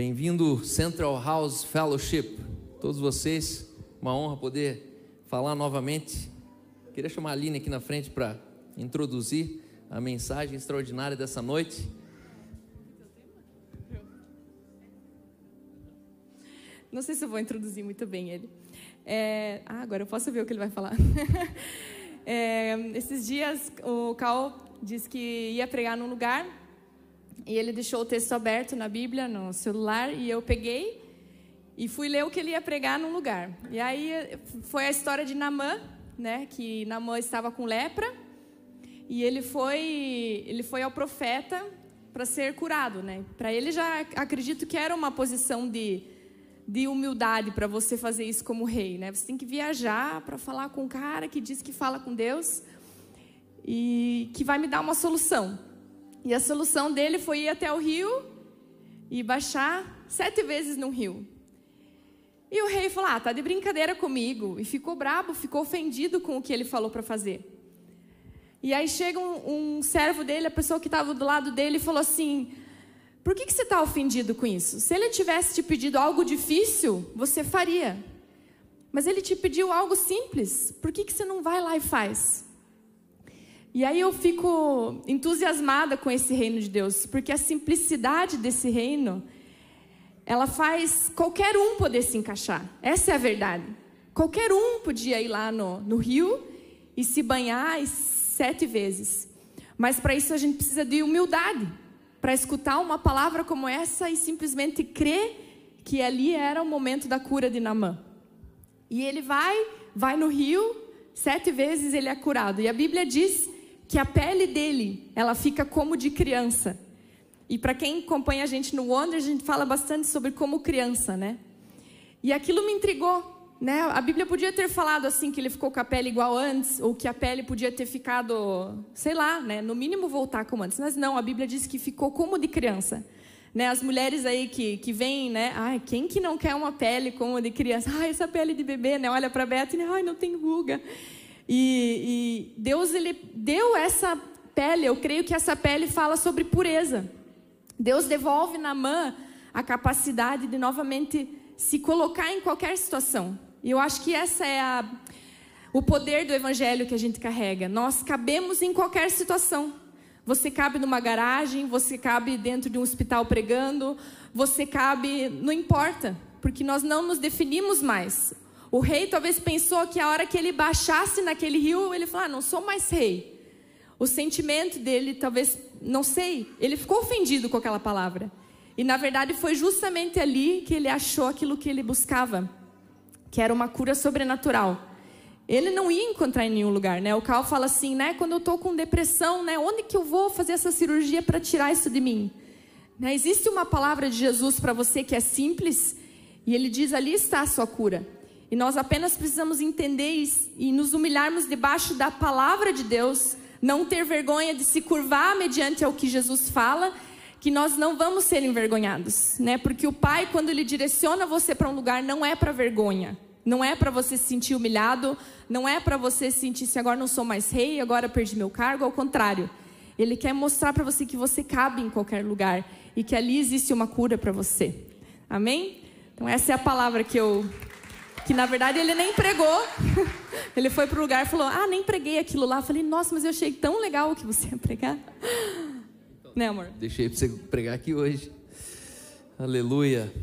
Bem-vindo Central House Fellowship, todos vocês, uma honra poder falar novamente. Queria chamar a Aline aqui na frente para introduzir a mensagem extraordinária dessa noite. Não sei se eu vou introduzir muito bem ele. Agora eu posso ver o que ele vai falar. Esses dias o Cal disse que ia pregar num lugar e ele deixou o texto aberto na Bíblia, no celular, e eu peguei e fui ler o que ele ia pregar num lugar. E aí foi a história de Naamã, né? Que Naamã estava com lepra e ele foi ao profeta para ser curado, né? Para ele, já acredito que era uma posição de humildade para você fazer isso como rei, né? Você tem que viajar para falar com um cara que diz que fala com Deus e que vai me dar uma solução. E a solução dele foi ir até o rio e baixar 7 vezes no rio. E o rei falou: tá de brincadeira comigo. E ficou brabo, ficou ofendido com o que ele falou para fazer. E aí chega um servo dele, a pessoa que estava do lado dele, e falou assim: por que você está ofendido com isso? Se ele tivesse te pedido algo difícil, você faria. Mas ele te pediu algo simples. Por que você não vai lá e faz? E aí eu fico entusiasmada com esse reino de Deus. Porque a simplicidade desse reino, ela faz qualquer um poder se encaixar. Essa é a verdade. Qualquer um podia ir lá no rio e se banhar 7 vezes. Mas para isso a gente precisa de humildade. Para escutar uma palavra como essa e simplesmente crer que ali era o momento da cura de Naamã. E ele vai no rio, 7 vezes ele é curado. E a Bíblia diz que a pele dele, ela fica como de criança. E para quem acompanha a gente no Wonder, a gente fala bastante sobre como criança, né? E aquilo me intrigou, né? A Bíblia podia ter falado assim, que ele ficou com a pele igual antes, ou que a pele podia ter ficado, sei lá, né? No mínimo voltar como antes. Mas não, a Bíblia diz que ficou como de criança. Né? As mulheres aí que vêm, né? Ai, quem que não quer uma pele como de criança? Ai, essa pele de bebê, né? Olha para a Bethany, ai, não tem ruga. E Deus, ele deu essa pele, eu creio que essa pele fala sobre pureza. Deus devolve Naamã a capacidade de novamente se colocar em qualquer situação. E eu acho que essa é o poder do evangelho que a gente carrega. Nós cabemos em qualquer situação. Você cabe numa garagem, você cabe dentro de um hospital pregando, você cabe, não importa, porque nós não nos definimos mais. O rei talvez pensou que a hora que ele baixasse naquele rio, ele falou: não sou mais rei. O sentimento dele, talvez, não sei, ele ficou ofendido com aquela palavra. E na verdade foi justamente ali que ele achou aquilo que ele buscava, que era uma cura sobrenatural. Ele não ia encontrar em nenhum lugar, né? O Cal fala assim, né? Quando eu estou com depressão, né? Onde que eu vou fazer essa cirurgia para tirar isso de mim? Né? Existe uma palavra de Jesus para você que é simples, e ele diz: ali está a sua cura. E nós apenas precisamos entender e nos humilharmos debaixo da palavra de Deus, não ter vergonha de se curvar mediante ao que Jesus fala, que nós não vamos ser envergonhados, né? Porque o Pai, quando Ele direciona você para um lugar, não é para vergonha, não é para você se sentir humilhado, não é para você sentir se agora não sou mais rei, agora perdi meu cargo, ao contrário. Ele quer mostrar para você que você cabe em qualquer lugar e que ali existe uma cura para você. Amém? Então essa é a palavra que na verdade ele nem pregou. Ele foi para o lugar e falou: nem preguei aquilo lá. Eu falei: nossa, mas eu achei tão legal o que você ia pregar. Então, né, amor? Deixei para você pregar aqui hoje. Aleluia.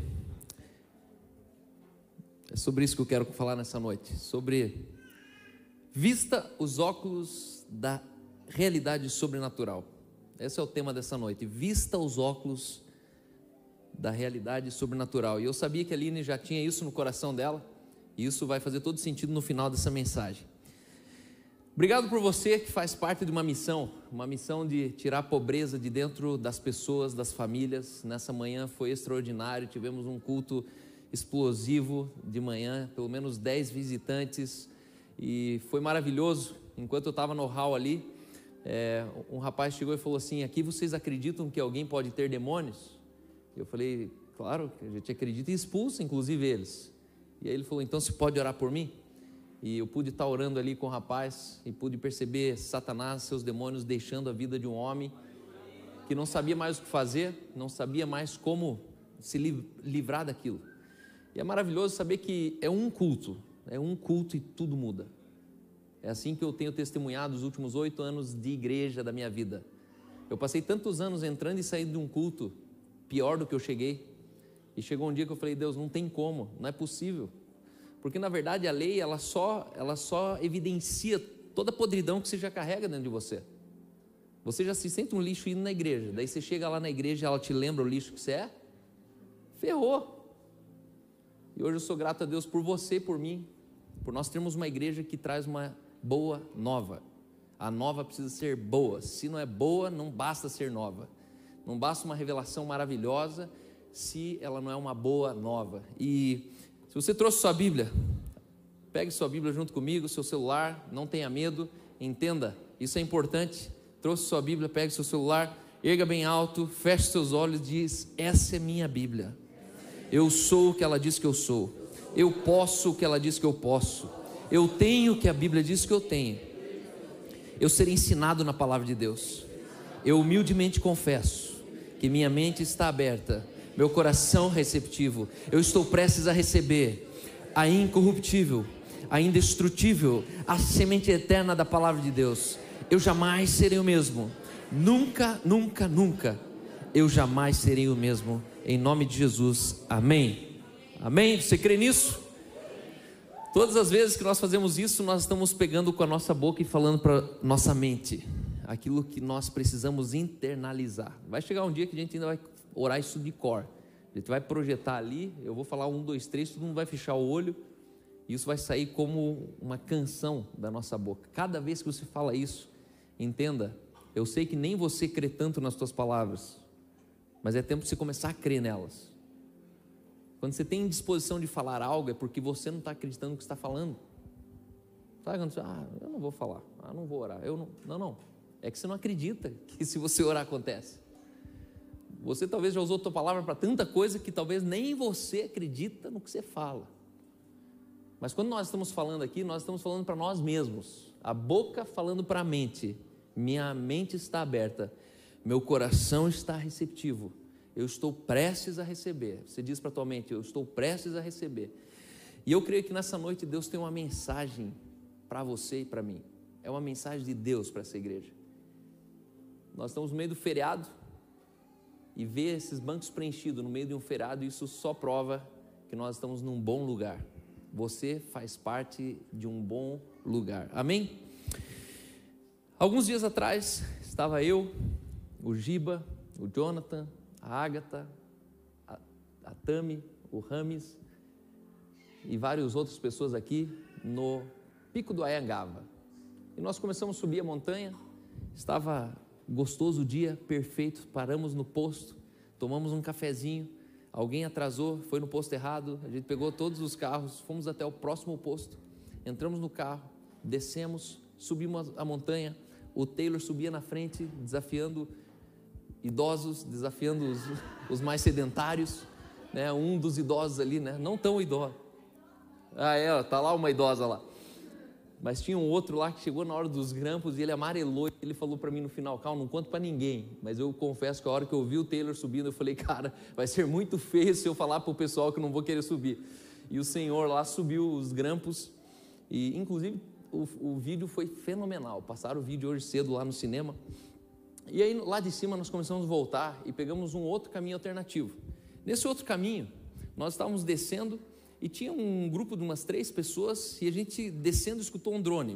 É sobre isso que eu quero falar nessa noite. Sobre vista os óculos da realidade sobrenatural. Esse é o tema dessa noite. Vista os óculos da realidade sobrenatural. E eu sabia que a Aline já tinha isso no coração dela. E isso vai fazer todo sentido no final dessa mensagem. Obrigado por você que faz parte de uma missão de tirar a pobreza de dentro das pessoas, das famílias. Nessa manhã foi extraordinário, tivemos um culto explosivo de manhã, pelo menos 10 visitantes, e foi maravilhoso. Enquanto eu estava no hall ali, um rapaz chegou e falou assim: aqui vocês acreditam que alguém pode ter demônios? Eu falei: claro, a gente acredita e expulsa inclusive eles. E aí ele falou: então você pode orar por mim? E eu pude estar orando ali com o rapaz e pude perceber Satanás, seus demônios deixando a vida de um homem que não sabia mais o que fazer, não sabia mais como se livrar daquilo. E é maravilhoso saber que é um culto e tudo muda. É assim que eu tenho testemunhado os últimos 8 anos de igreja da minha vida. Eu passei tantos anos entrando e saindo de um culto pior do que eu cheguei. E chegou um dia que eu falei, Deus, não tem como, não é possível. Porque na verdade a lei, ela só evidencia toda a podridão que você já carrega dentro de você. Você já se sente um lixo indo na igreja, daí você chega lá na igreja e ela te lembra o lixo que você é, ferrou. E hoje eu sou grato a Deus por você e por mim, por nós termos uma igreja que traz uma boa nova. A nova precisa ser boa, se não é boa, não basta ser nova, não basta uma revelação maravilhosa, se ela não é uma boa nova. E se você trouxe sua Bíblia, pegue sua Bíblia junto comigo, seu celular, não tenha medo, entenda, isso é importante. Trouxe sua Bíblia, pegue seu celular, erga bem alto, feche seus olhos e diz, essa é minha Bíblia, eu sou o que ela diz que eu sou, eu posso o que ela diz que eu posso, eu tenho o que a Bíblia diz que eu tenho, eu serei ensinado na palavra de Deus, eu humildemente confesso que minha mente está aberta, meu coração receptivo, eu estou prestes a receber a incorruptível, a indestrutível, a semente eterna da palavra de Deus. Eu jamais serei o mesmo, nunca, nunca, nunca, eu jamais serei o mesmo, em nome de Jesus, amém, amém, você crê nisso? Todas as vezes que nós fazemos isso, nós estamos pegando com a nossa boca e falando para nossa mente, aquilo que nós precisamos internalizar. Vai chegar um dia que a gente ainda vai orar isso de cor, a gente vai projetar ali, eu vou falar 1, 2, 3, todo mundo vai fechar o olho, e isso vai sair como uma canção da nossa boca. Cada vez que você fala isso, entenda, eu sei que nem você crê tanto nas tuas palavras, mas é tempo de você começar a crer nelas. Quando você tem disposição de falar algo, é porque você não está acreditando no que está falando. Sabe quando você, eu não vou falar, não vou orar, não, é que você não acredita que se você orar acontece. Você talvez já usou a tua palavra para tanta coisa que talvez nem você acredita no que você fala. Mas quando nós estamos falando aqui, nós estamos falando para nós mesmos, a boca falando para a mente, minha mente está aberta, meu coração está receptivo, eu estou prestes a receber. Você diz para a tua mente, eu estou prestes a receber. E eu creio que nessa noite Deus tem uma mensagem para você e para mim. É uma mensagem de Deus para essa igreja. Nós estamos no meio do feriado, e ver esses bancos preenchidos no meio de um feriado, isso só prova que nós estamos num bom lugar. Você faz parte de um bom lugar, amém? Alguns dias atrás, estava eu, o Giba, o Jonathan, a Ágata, a Tami, o Rames e várias outras pessoas aqui no Pico do Anhangaba. E nós começamos a subir a montanha, estava gostoso o dia, perfeito, paramos no posto, tomamos um cafezinho, alguém atrasou, foi no posto errado, a gente pegou todos os carros, fomos até o próximo posto, entramos no carro, descemos, subimos a montanha, o Taylor subia na frente, desafiando idosos, desafiando os mais sedentários, né? Um dos idosos ali, né? Não tão idoso, tá lá uma idosa lá, mas tinha um outro lá que chegou na hora dos grampos e ele amarelou, e ele falou para mim no final, calma, não conto para ninguém, mas eu confesso que a hora que eu vi o Taylor subindo, eu falei, cara, vai ser muito feio se eu falar para o pessoal que eu não vou querer subir. E o senhor lá subiu os grampos, e inclusive o vídeo foi fenomenal, passaram o vídeo hoje cedo lá no cinema, e aí lá de cima nós começamos a voltar e pegamos um outro caminho alternativo. Nesse outro caminho, nós estávamos descendo, e tinha um grupo de umas 3 pessoas, e a gente descendo escutou um drone,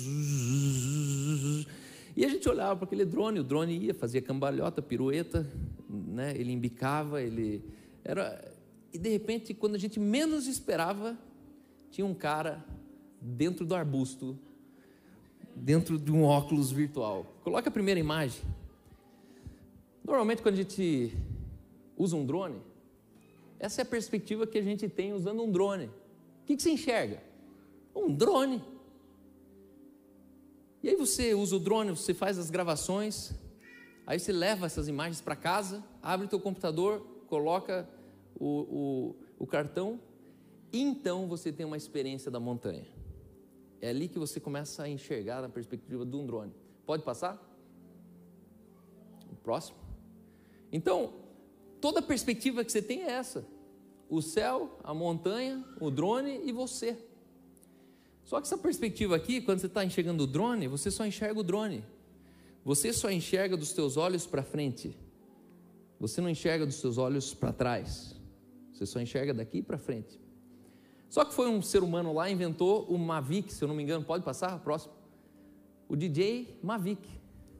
e a gente olhava para aquele drone, o drone ia, fazia cambalhota, pirueta, né? Ele embicava, e de repente, quando a gente menos esperava, tinha um cara dentro do arbusto, dentro de um óculos virtual. Coloca a primeira imagem. Normalmente quando a gente usa um drone, essa é a perspectiva que a gente tem usando um drone. O que você enxerga? Um drone. E aí você usa o drone, você faz as gravações, aí você leva essas imagens para casa, abre o teu computador, coloca o cartão, e então você tem uma experiência da montanha. É ali que você começa a enxergar na perspectiva de um drone. Pode passar? O próximo. Então, toda a perspectiva que você tem é essa: o céu, a montanha, o drone e você. Só que essa perspectiva aqui, quando você está enxergando o drone, você só enxerga o drone. Você só enxerga dos teus olhos para frente. Você não enxerga dos teus olhos para trás. Você só enxerga daqui para frente. Só que foi um ser humano lá, inventou o Mavic, se eu não me engano, pode passar, próximo. O DJ Mavic.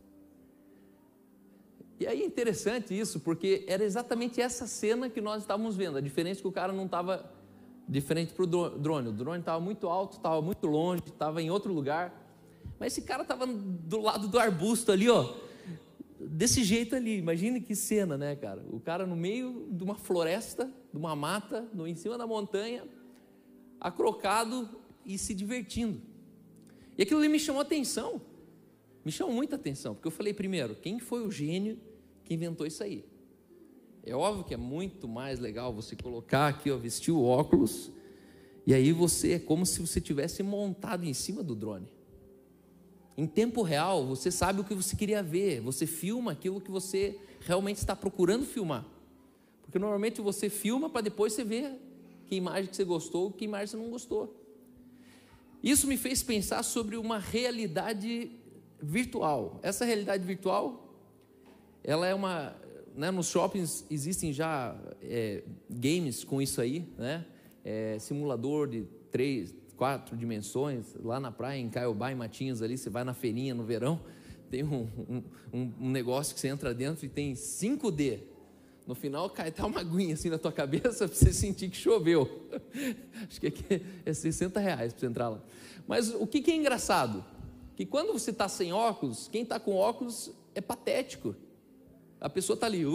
E aí é interessante isso, porque era exatamente essa cena que nós estávamos vendo. A diferença é que o cara não estava diferente para o drone. O drone estava muito alto, estava muito longe, estava em outro lugar. Mas esse cara estava do lado do arbusto ali, ó, desse jeito ali. Imagine que cena, né, cara? O cara no meio de uma floresta, de uma mata, em cima da montanha, acrocado e se divertindo. E aquilo ali me chamou a atenção. Me chamou muita atenção, porque eu falei, primeiro, quem foi o gênio que inventou isso aí? É óbvio que é muito mais legal você colocar aqui, ó, vestir o óculos, e aí você é como se você tivesse montado em cima do drone. Em tempo real, você sabe o que você queria ver, você filma aquilo que você realmente está procurando filmar. Porque normalmente você filma para depois você ver que imagem que você gostou, que imagem você não gostou. Isso me fez pensar sobre uma realidade virtual. Essa realidade virtual, ela é uma, né, nos shoppings existem já games com isso aí, né? Simulador de 3, 4 dimensões, lá na praia, em Caiobá, em Matinhos ali, você vai na feirinha no verão, tem um negócio que você entra dentro e tem 5D. No final cai até uma aguinha assim na tua cabeça para você sentir que choveu. Acho que aqui é R$60 para você entrar lá. Mas o que é engraçado? Que quando você está sem óculos, quem está com óculos é patético. A pessoa está ali,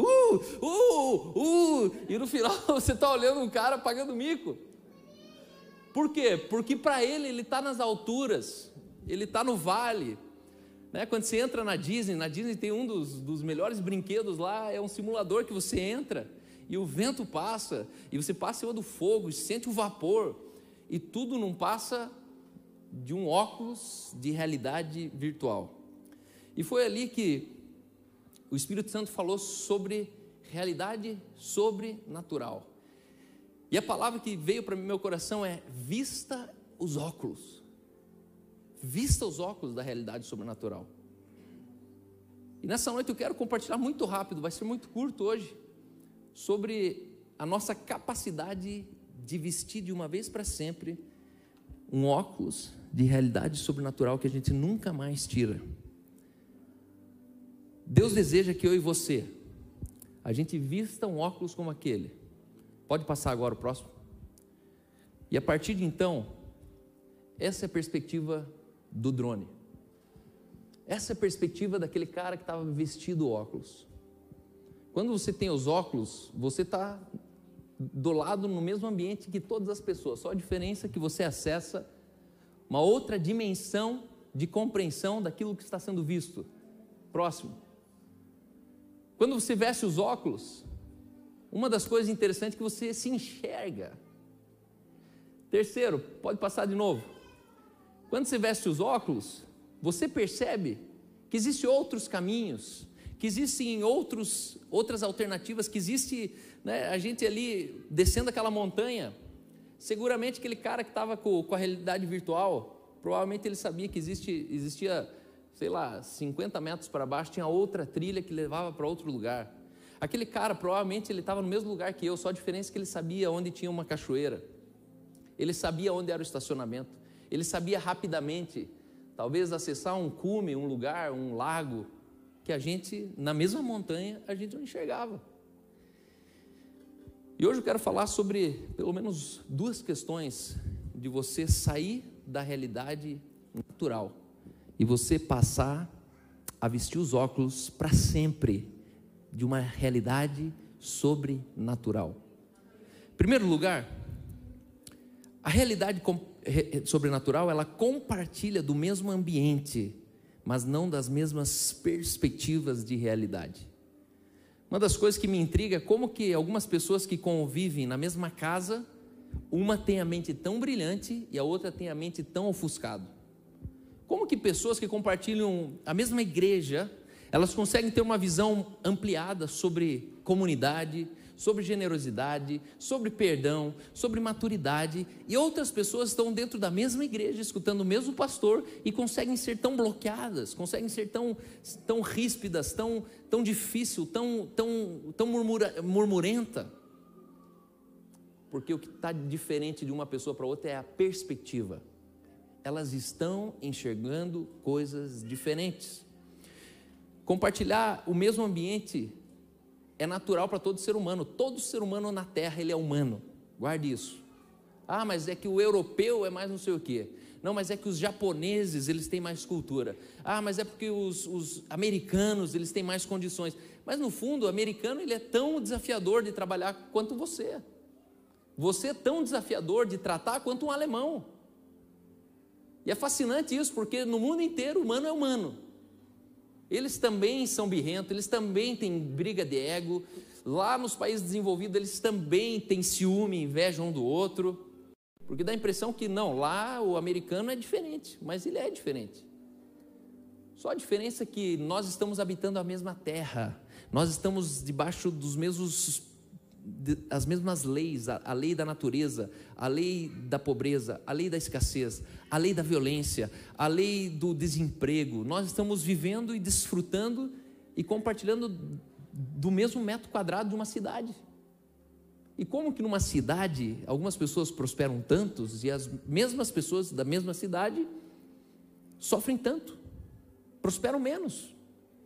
e no final você está olhando um cara pagando mico. Por quê? Porque para ele está nas alturas, ele está no vale. Né? Quando você entra na Disney tem um dos melhores brinquedos lá, é um simulador que você entra, e o vento passa, e você passa em cima do fogo, e sente o vapor, e tudo não passa de um óculos de realidade virtual. E foi ali que o Espírito Santo falou sobre realidade sobrenatural. E a palavra que veio para meu coração é: vista os óculos. Vista os óculos da realidade sobrenatural. E nessa noite eu quero compartilhar muito rápido, vai ser muito curto hoje, sobre a nossa capacidade de vestir de uma vez para sempre um óculos de realidade sobrenatural que a gente nunca mais tira. Deus deseja que eu e você, a gente vista um óculos como aquele. Pode passar agora o próximo. E a partir de então, essa é a perspectiva do drone. Essa é a perspectiva daquele cara que estava vestido óculos. Quando você tem os óculos, você está do lado no mesmo ambiente que todas as pessoas. Só a diferença é que você acessa uma outra dimensão de compreensão daquilo que está sendo visto. Próximo. Quando você veste os óculos, uma das coisas interessantes é que você se enxerga. Terceiro, pode passar de novo. Quando você veste os óculos, você percebe que existem outros caminhos, que existem outras alternativas, que existe, né, a gente ali descendo aquela montanha. Seguramente aquele cara que estava com a realidade virtual, provavelmente ele sabia que existia, sei lá, 50 metros para baixo, tinha outra trilha que levava para outro lugar. Aquele cara, provavelmente ele estava no mesmo lugar que eu, só a diferença é que ele sabia onde tinha uma cachoeira, ele sabia onde era o estacionamento, ele sabia rapidamente, talvez acessar um cume, um lugar, um lago, que a gente, na mesma montanha, a gente não enxergava. E hoje eu quero falar sobre, pelo menos, 2 questões de você sair da realidade natural e você passar a vestir os óculos para sempre de uma realidade sobrenatural. Em primeiro lugar, a realidade sobrenatural, ela compartilha do mesmo ambiente, mas não das mesmas perspectivas de realidade. Uma das coisas que me intriga é como que algumas pessoas que convivem na mesma casa, uma tem a mente tão brilhante e a outra tem a mente tão ofuscada. Como que pessoas que compartilham a mesma igreja, elas conseguem ter uma visão ampliada sobre comunidade, sobre generosidade, sobre perdão, sobre maturidade, e outras pessoas estão dentro da mesma igreja, escutando o mesmo pastor, e conseguem ser tão bloqueadas, conseguem ser tão ríspidas, tão difícil, tão murmurenta, porque o que está diferente de uma pessoa para outra é a perspectiva. Elas estão enxergando coisas diferentes. Compartilhar o mesmo ambiente é natural para todo ser humano. Todo ser humano na Terra, ele é humano. Guarde isso. Ah, mas é que o europeu é mais não sei o quê. Não, mas é que os japoneses, eles têm mais cultura. Ah, mas é porque os americanos, eles têm mais condições. Mas no fundo, o americano, ele é tão desafiador de trabalhar quanto você. Você é tão desafiador de tratar quanto um alemão. E é fascinante isso, porque no mundo inteiro, humano é humano. Eles também são birrentos, eles também têm briga de ego. Lá nos países desenvolvidos, eles também têm ciúme, inveja um do outro. Porque dá a impressão que não, lá o americano é diferente, mas ele é diferente. Só a diferença é que nós estamos habitando a mesma terra, nós estamos debaixo as mesmas leis, a lei da natureza, a lei da pobreza, a lei da escassez, a lei da violência, a lei do desemprego. Nós estamos vivendo e desfrutando e compartilhando do mesmo metro quadrado de uma cidade. E como que numa cidade algumas pessoas prosperam tantos e as mesmas pessoas da mesma cidade sofrem tanto, prosperam menos?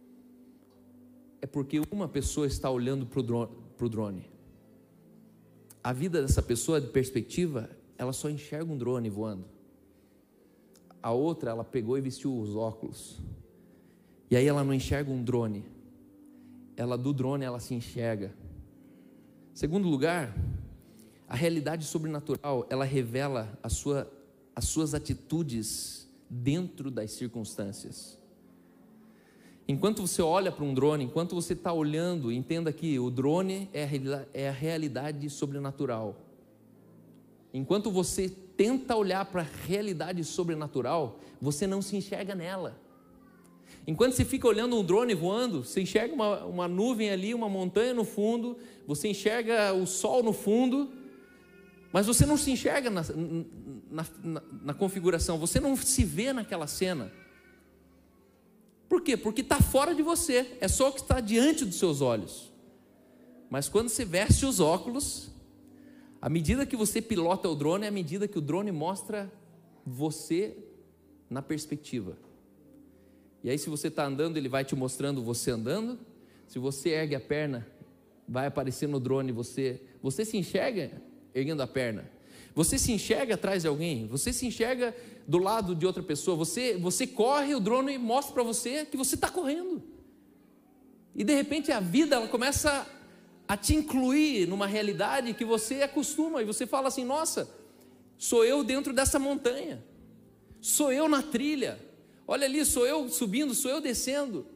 É porque uma pessoa está olhando para o drone. A vida dessa pessoa, de perspectiva, ela só enxerga um drone voando. A outra, ela pegou e vestiu os óculos. E aí ela não enxerga um drone. Do drone ela se enxerga. Segundo lugar, a realidade sobrenatural, ela revela as suas atitudes dentro das circunstâncias. Enquanto você olha para um drone, enquanto você está olhando, entenda que o drone é a realidade sobrenatural. Enquanto você tenta olhar para a realidade sobrenatural, você não se enxerga nela. Enquanto você fica olhando um drone voando, você enxerga uma nuvem ali, uma montanha no fundo, você enxerga o sol no fundo, mas você não se enxerga na configuração, você não se vê naquela cena. Por quê? Porque está fora de você, é só o que está diante dos seus olhos. Mas quando você veste os óculos, à medida que você pilota o drone, é à medida que o drone mostra você na perspectiva. E aí se você está andando, ele vai te mostrando você andando. Se você ergue a perna, vai aparecer no drone você se enxerga erguendo a perna. Você se enxerga atrás de alguém, você se enxerga do lado de outra pessoa, você corre, o drone mostra para você que você está correndo. E de repente a vida, ela começa a te incluir numa realidade que você acostuma, e você fala assim: nossa, sou eu dentro dessa montanha, sou eu na trilha, olha ali, sou eu subindo, sou eu descendo.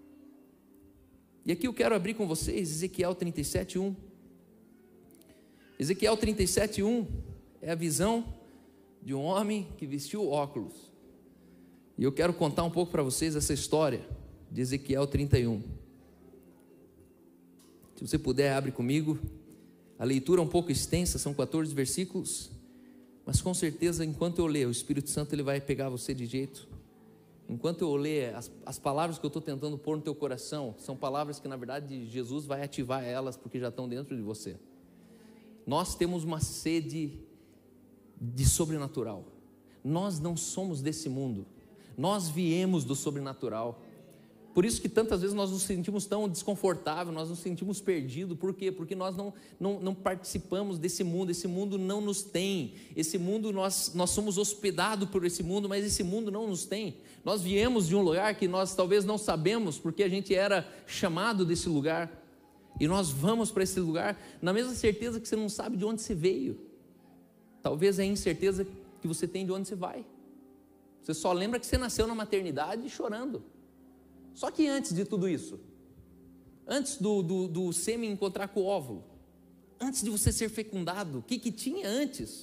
E aqui eu quero abrir com vocês Ezequiel 37:1. Ezequiel 37:1 é a visão de um homem que vestiu óculos. E eu quero contar um pouco para vocês essa história de Ezequiel 31. Se você puder, abre comigo. A leitura é um pouco extensa, são 14 versículos, mas com certeza, enquanto eu ler, o Espírito Santo ele vai pegar você de jeito. Enquanto eu ler, as palavras que eu estou tentando pôr no teu coração, são palavras que na verdade Jesus vai ativar elas, porque já estão dentro de você. Nós temos uma sede de sobrenatural. Nós não somos desse mundo, nós viemos do sobrenatural. Por isso que tantas vezes nós nos sentimos tão desconfortáveis, nós nos sentimos perdidos. Por quê? Porque nós não participamos desse mundo, esse mundo não nos tem. Esse mundo, nós somos hospedados por esse mundo, mas esse mundo não nos tem. Nós viemos de um lugar que nós talvez não sabemos, porque a gente era chamado desse lugar, e nós vamos para esse lugar na mesma certeza que você não sabe de onde você veio. Talvez é a incerteza que você tem de onde você vai. Você só lembra que você nasceu na maternidade chorando. Só que antes de tudo isso, antes do sêmen encontrar com o óvulo, antes de você ser fecundado, o que tinha antes?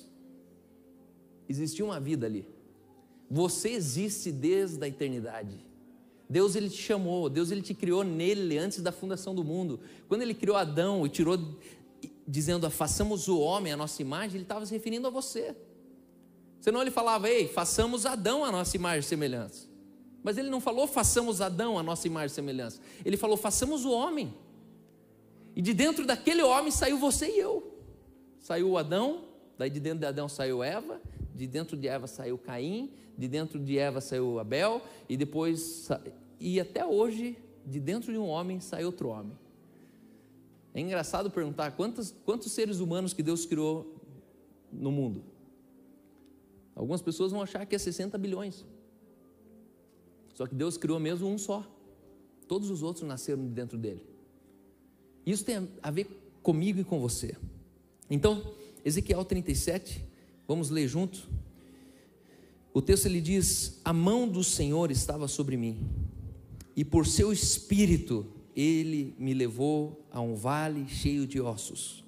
Existia uma vida ali. Você existe desde a eternidade. Deus, ele te chamou, Deus, ele te criou nele antes da fundação do mundo. Quando ele criou Adão e tirou, dizendo, façamos o homem à nossa imagem, ele estava se referindo a você. Senão ele falava, ei, façamos Adão à nossa imagem e semelhança. Mas ele não falou, façamos Adão à nossa imagem e semelhança. Ele falou, façamos o homem. E de dentro daquele homem saiu você e eu. Saiu o Adão, daí de dentro de Adão saiu Eva, de dentro de Eva saiu Caim, de dentro de Eva saiu Abel, e depois, e até hoje, de dentro de um homem sai outro homem. É engraçado perguntar quantos seres humanos que Deus criou no mundo. Algumas pessoas vão achar que é 60 bilhões. Só que Deus criou mesmo um só. Todos os outros nasceram de dentro dele. Isso tem a ver comigo e com você. Então, Ezequiel 37, vamos ler junto. O texto, ele diz, a mão do Senhor estava sobre mim, e por seu espírito ele me levou a um vale cheio de ossos.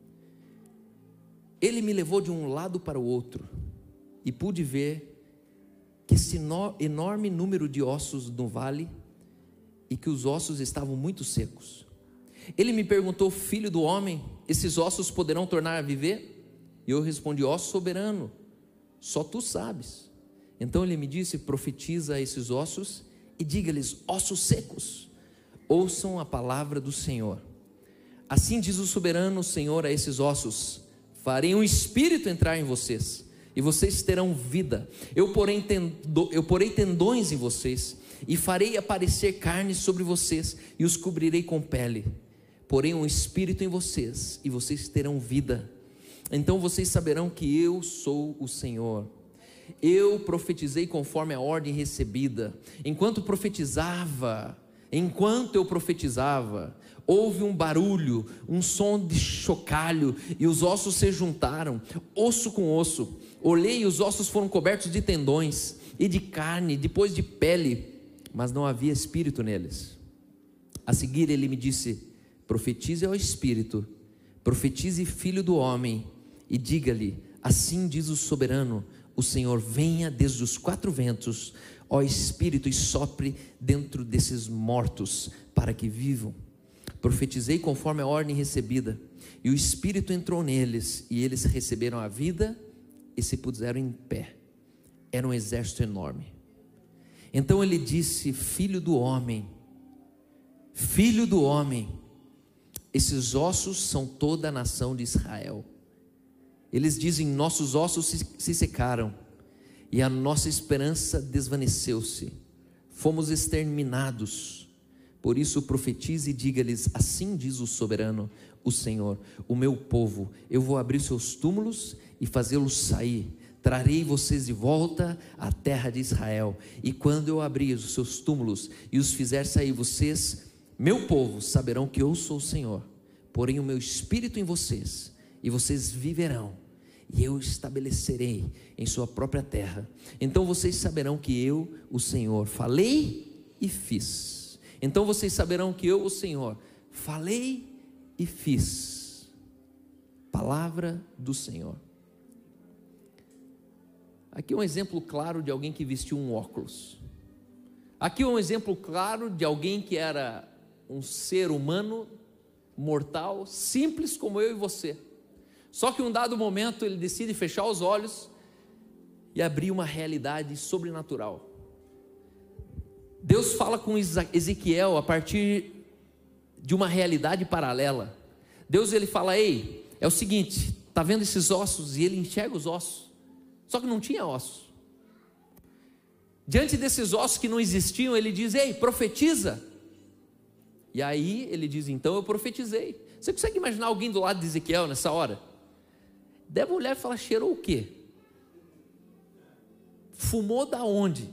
Ele me levou de um lado para o outro, e pude ver que esse enorme número de ossos no vale, e que os ossos estavam muito secos. Ele me perguntou, filho do homem, esses ossos poderão tornar a viver? E eu respondi, ó soberano, só tu sabes. Então ele me disse, profetiza a esses ossos e diga-lhes, ossos secos, ouçam a palavra do Senhor. Assim diz o soberano Senhor a esses ossos, farei um espírito entrar em vocês, e vocês terão vida. Eu porei tendões em vocês, e farei aparecer carne sobre vocês, e os cobrirei com pele. Porém um espírito em vocês, e vocês terão vida. Então vocês saberão que eu sou o Senhor. Eu profetizei conforme a ordem recebida. Enquanto eu profetizava, houve um barulho, um som de chocalho, e os ossos se juntaram, osso com osso. Olhei e os ossos foram cobertos de tendões e de carne, depois de pele, mas não havia espírito neles. A seguir ele me disse, profetize ao espírito, profetize filho do homem, e diga-lhe, assim diz o soberano, o Senhor, venha desde os 4 ventos, ó espírito, e sopre dentro desses mortos, para que vivam. Profetizei conforme a ordem recebida, e o espírito entrou neles, e eles receberam a vida, e se puseram em pé. Era um exército enorme. Então ele disse, filho do homem, esses ossos são toda a nação de Israel. Eles dizem, nossos ossos se secaram, e a nossa esperança desvaneceu-se, fomos exterminados. Por isso profetize e diga-lhes, assim diz o soberano, o Senhor, o meu povo, eu vou abrir seus túmulos e fazê-los sair, trarei vocês de volta à terra de Israel, e quando eu abrir os seus túmulos e os fizer sair, vocês, meu povo, saberão que eu sou o Senhor, porém o meu espírito em vocês, e vocês viverão, e eu estabelecerei em sua própria terra. Então vocês saberão que eu, o Senhor, falei e fiz. Então vocês saberão que eu, o Senhor, falei e fiz. Palavra do Senhor. Aqui é um exemplo claro de alguém que vestiu um óculos. Aqui é um exemplo claro de alguém que era um ser humano, mortal, simples como eu e você. Só que em um dado momento ele decide fechar os olhos e abrir uma realidade sobrenatural. Deus fala com Ezequiel a partir de uma realidade paralela. Deus, ele fala, ei, é o seguinte, está vendo esses ossos? E ele enxerga os ossos, só que não tinha ossos. Diante desses ossos que não existiam, ele diz, ei, profetiza. E aí ele diz, então eu profetizei. Você consegue imaginar alguém do lado de Ezequiel nessa hora? Deve olhar e falar, cheirou o quê? Fumou da onde?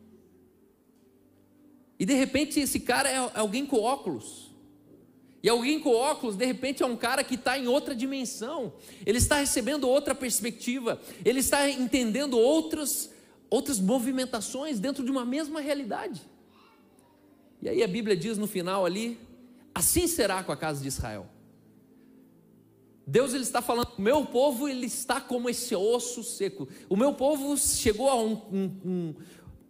E de repente esse cara é alguém com óculos. E alguém com óculos, de repente, é um cara que está em outra dimensão. Ele está recebendo outra perspectiva. Ele está entendendo outras movimentações dentro de uma mesma realidade. E aí a Bíblia diz no final ali, assim será com a casa de Israel. Deus, ele está falando, o meu povo, ele está como esse osso seco. O meu povo chegou a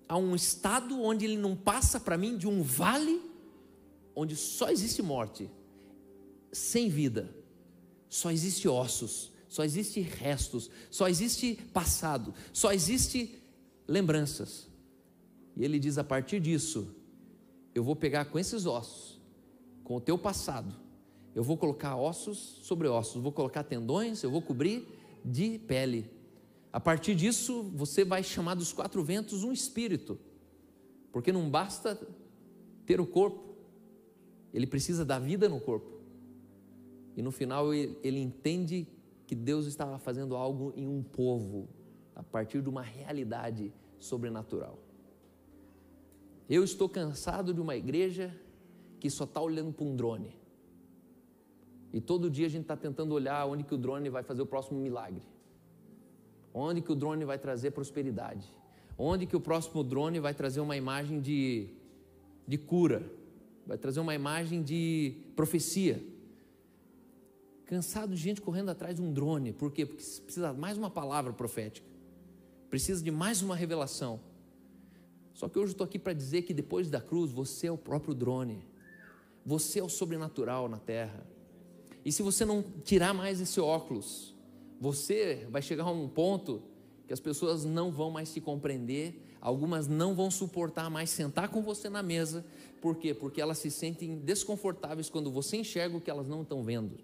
a um estado onde ele não passa para mim de um vale onde só existe morte, sem vida, só existe ossos, só existe restos, só existe passado, só existe lembranças. E ele diz: a partir disso, eu vou pegar com esses ossos, com o teu passado, eu vou colocar ossos sobre ossos, vou colocar tendões, eu vou cobrir de pele. A partir disso, você vai chamar dos quatro ventos um espírito, porque não basta ter o corpo, ele precisa da vida no corpo. E no final ele entende que Deus estava fazendo algo em um povo, a partir de uma realidade sobrenatural. Eu estou cansado de uma igreja que só está olhando para um drone. E todo dia a gente está tentando olhar onde que o drone vai fazer o próximo milagre. Onde que o drone vai trazer prosperidade. Onde que o próximo drone vai trazer uma imagem de cura. Vai trazer uma imagem de profecia. Cansado de gente correndo atrás de um drone. Por quê? Porque precisa de mais uma palavra profética. Precisa de mais uma revelação. Só que hoje eu estou aqui para dizer que depois da cruz, você é o próprio drone. Você é o sobrenatural na terra. E se você não tirar mais esse óculos, você vai chegar a um ponto que as pessoas não vão mais te compreender, algumas não vão suportar mais sentar com você na mesa. Por quê? Porque elas se sentem desconfortáveis quando você enxerga o que elas não estão vendo.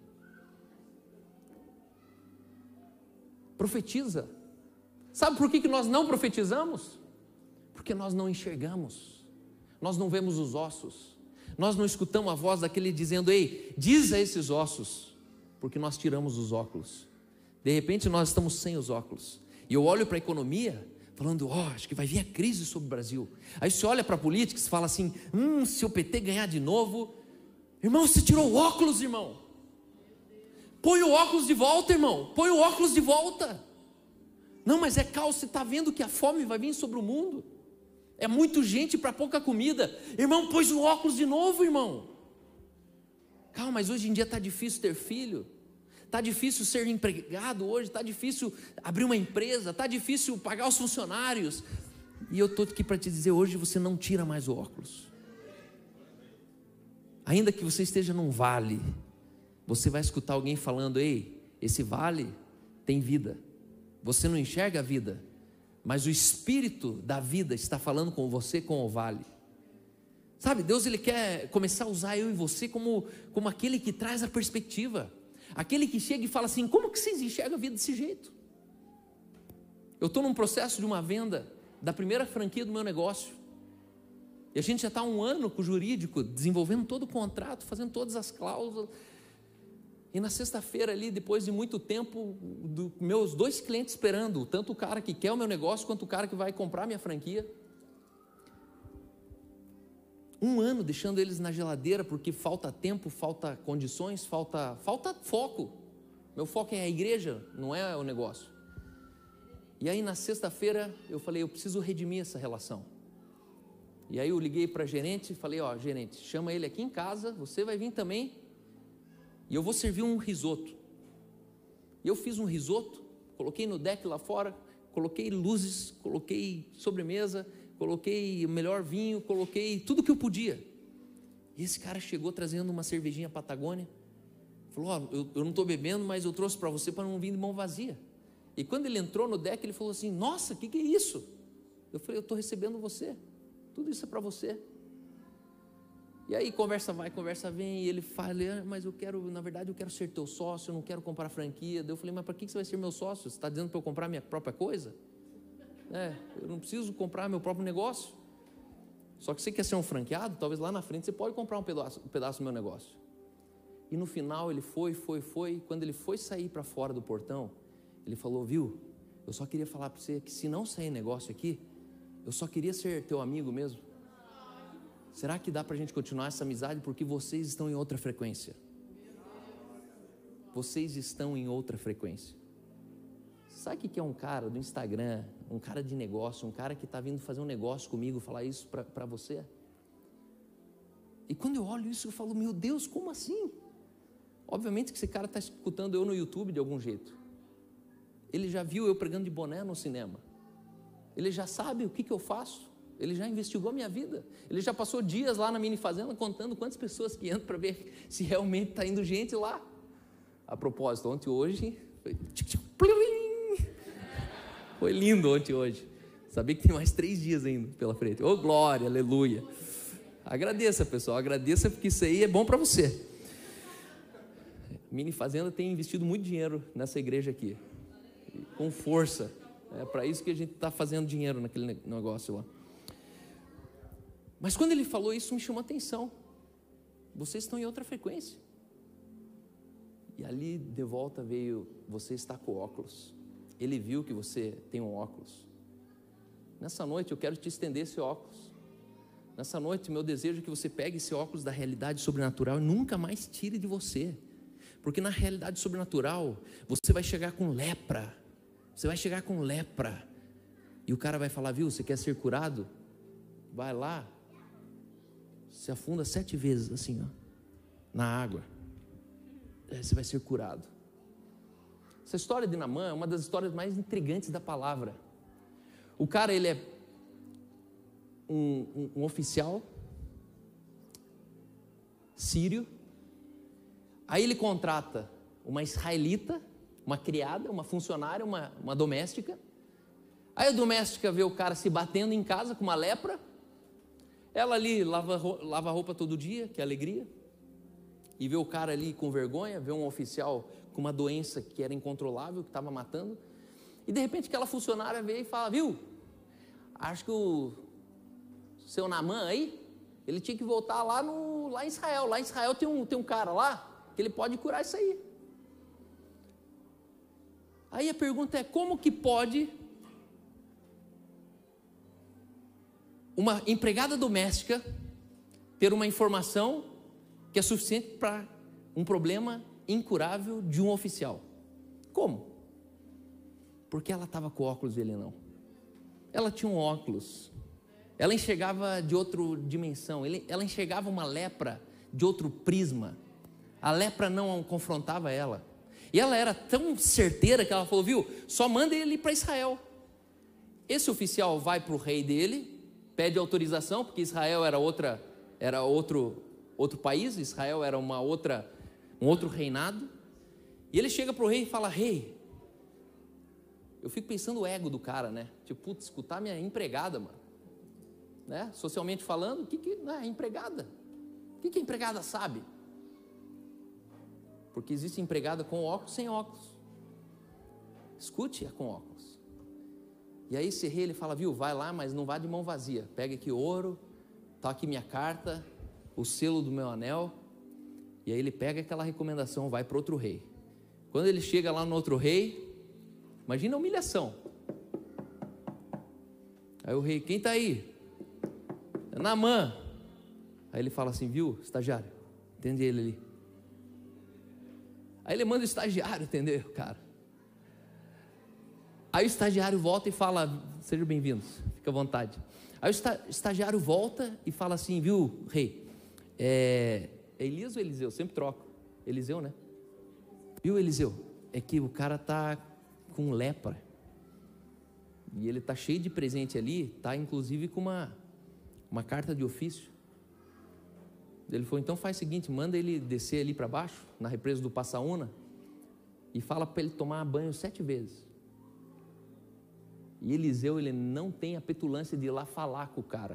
Profetiza. Sabe por que nós não profetizamos? Porque nós não enxergamos, nós não vemos os ossos, nós não escutamos a voz daquele dizendo: ei, diz a esses ossos, porque nós tiramos os óculos. De repente nós estamos sem os óculos, e eu olho para a economia, falando: acho que vai vir a crise sobre o Brasil. Aí você olha para a política e fala assim: se o PT ganhar de novo, irmão, você tirou o óculos, irmão, põe o óculos de volta, irmão, põe o óculos de volta. Não, mas é caos, você está vendo que a fome vai vir sobre o mundo, é muita gente para pouca comida, irmão, pôs o óculos de novo, irmão. Calma, mas hoje em dia está difícil ter filho, está difícil ser empregado hoje, está difícil abrir uma empresa, está difícil pagar os funcionários, e eu estou aqui para te dizer, hoje você não tira mais o óculos, ainda que você esteja num vale, você vai escutar alguém falando: ei, esse vale tem vida, você não enxerga a vida, mas o Espírito da vida está falando com você, com o vale. Sabe, Deus ele quer começar a usar eu e você como aquele que traz a perspectiva, aquele que chega e fala assim: como que vocês enxergam a vida desse jeito? Eu estou num processo de uma venda da primeira franquia do meu negócio, e a gente já está há 1 ano com o jurídico, desenvolvendo todo o contrato, fazendo todas as cláusulas. E na sexta-feira ali, depois de muito tempo, meus 2 clientes esperando, tanto o cara que quer o meu negócio, quanto o cara que vai comprar a minha franquia. 1 ano deixando eles na geladeira, porque falta tempo, falta condições, falta foco. Meu foco é a igreja, não é o negócio. E aí na sexta-feira eu falei: eu preciso redimir essa relação. E aí eu liguei para a gerente e falei: gerente, chama ele aqui em casa, você vai vir também, e eu vou servir um risoto. E eu fiz um risoto, coloquei no deck lá fora, coloquei luzes, coloquei sobremesa, coloquei o melhor vinho, coloquei tudo que eu podia. E esse cara chegou trazendo uma cervejinha Patagônia, falou: eu não estou bebendo, mas eu trouxe para você para não vir de mão vazia. E quando ele entrou no deck, ele falou assim: nossa, o que é isso? Eu falei: eu estou recebendo você, tudo isso é para você. E aí conversa vai, conversa vem, e ele fala: mas na verdade eu quero ser teu sócio, eu não quero comprar franquia. Eu falei: mas para que você vai ser meu sócio? Você está dizendo para eu comprar minha própria coisa? Eu não preciso comprar meu próprio negócio. Só que você quer ser um franqueado, talvez lá na frente você pode comprar um pedaço do meu negócio. E no final ele foi, quando ele foi sair para fora do portão, ele falou: viu, eu só queria falar para você que se não sair negócio aqui, eu só queria ser teu amigo mesmo. Será que dá para a gente continuar essa amizade? Porque vocês estão em outra frequência. Vocês estão em outra frequência. Sabe o que é um cara do Instagram, um cara de negócio, um cara que está vindo fazer um negócio comigo, falar isso para você? E quando eu olho isso, eu falo: meu Deus, como assim? Obviamente que esse cara está escutando eu no YouTube de algum jeito. Ele já viu eu pregando de boné no cinema. Ele já sabe o que eu faço. Ele já investigou a minha vida. Ele já passou dias lá na mini fazenda contando quantas pessoas que entram para ver se realmente está indo gente lá. A propósito, ontem e hoje foi lindo ontem e hoje. Sabia que tem mais 3 dias ainda pela frente. Ô, glória, aleluia. Agradeça, pessoal, agradeça, porque isso aí é bom para você. Mini Fazenda tem investido muito dinheiro nessa igreja aqui, com força. É para isso que a gente está fazendo dinheiro naquele negócio lá. Mas quando ele falou isso, me chamou a atenção. Vocês estão em outra frequência. E ali de volta veio, você está com óculos. Ele viu que você tem um óculos. Nessa noite eu quero te estender esse óculos. Nessa noite meu desejo é que você pegue esse óculos da realidade sobrenatural e nunca mais tire de você. Porque na realidade sobrenatural, você vai chegar com lepra. Você vai chegar com lepra. E o cara vai falar, viu, você quer ser curado? Vai lá. Se afunda 7 vezes assim, ó, na água. Você vai ser curado. Essa história de Naamã é uma das histórias mais intrigantes da palavra. O cara, ele é um oficial sírio. Aí ele contrata uma israelita, uma criada, uma funcionária, uma doméstica. Aí a doméstica vê o cara se batendo em casa com uma lepra. Ela ali lava a roupa todo dia, que alegria. E vê o cara ali com vergonha, vê um oficial com uma doença que era incontrolável, que estava matando. E de repente aquela funcionária veio e fala, viu, acho que o seu Naamã aí, ele tinha que voltar lá em Israel. Lá em Israel tem um cara lá, que ele pode curar isso aí. Aí a pergunta é, como que pode uma empregada doméstica ter uma informação que é suficiente para um problema incurável de um oficial? Como? Porque ela estava com óculos e ele não. Ela tinha um óculos. Ela enxergava de outra dimensão. Ela enxergava uma lepra de outro prisma. A lepra não confrontava ela. E ela era tão certeira que ela falou, viu, só manda ele ir para Israel. Esse oficial vai para o rei dele, pede autorização, porque Israel era outro país, Israel era um outro reinado. E ele chega para o rei e fala, rei, eu fico pensando o ego do cara, né? Tipo, putz, escutar minha empregada, mano. Né? Socialmente falando, é empregada? O que a empregada sabe? Porque existe empregada com óculos, sem óculos. Escute a com óculos. E aí esse rei, ele fala, viu, vai lá, mas não vá de mão vazia. Pega aqui ouro, tá aqui minha carta, o selo do meu anel. E aí ele pega aquela recomendação, vai para outro rei. Quando ele chega lá no outro rei, imagina a humilhação. Aí o rei, quem está aí? É Naamã. Aí ele fala assim, viu, estagiário, entende ele ali. Aí ele manda o estagiário atender o cara. Aí o estagiário volta e fala, sejam bem-vindos, fica à vontade. Aí o estagiário volta e fala assim, viu, rei, é Elias ou Eliseu? Sempre troco. Eliseu, né? Viu, Eliseu? É que o cara tá com lepra. E ele tá cheio de presente ali, tá inclusive com uma carta de ofício. Ele falou, então faz o seguinte, manda ele descer ali para baixo, na represa do Passaúna, e fala para ele tomar banho 7 vezes. E Eliseu, ele não tem a petulância de ir lá falar com o cara.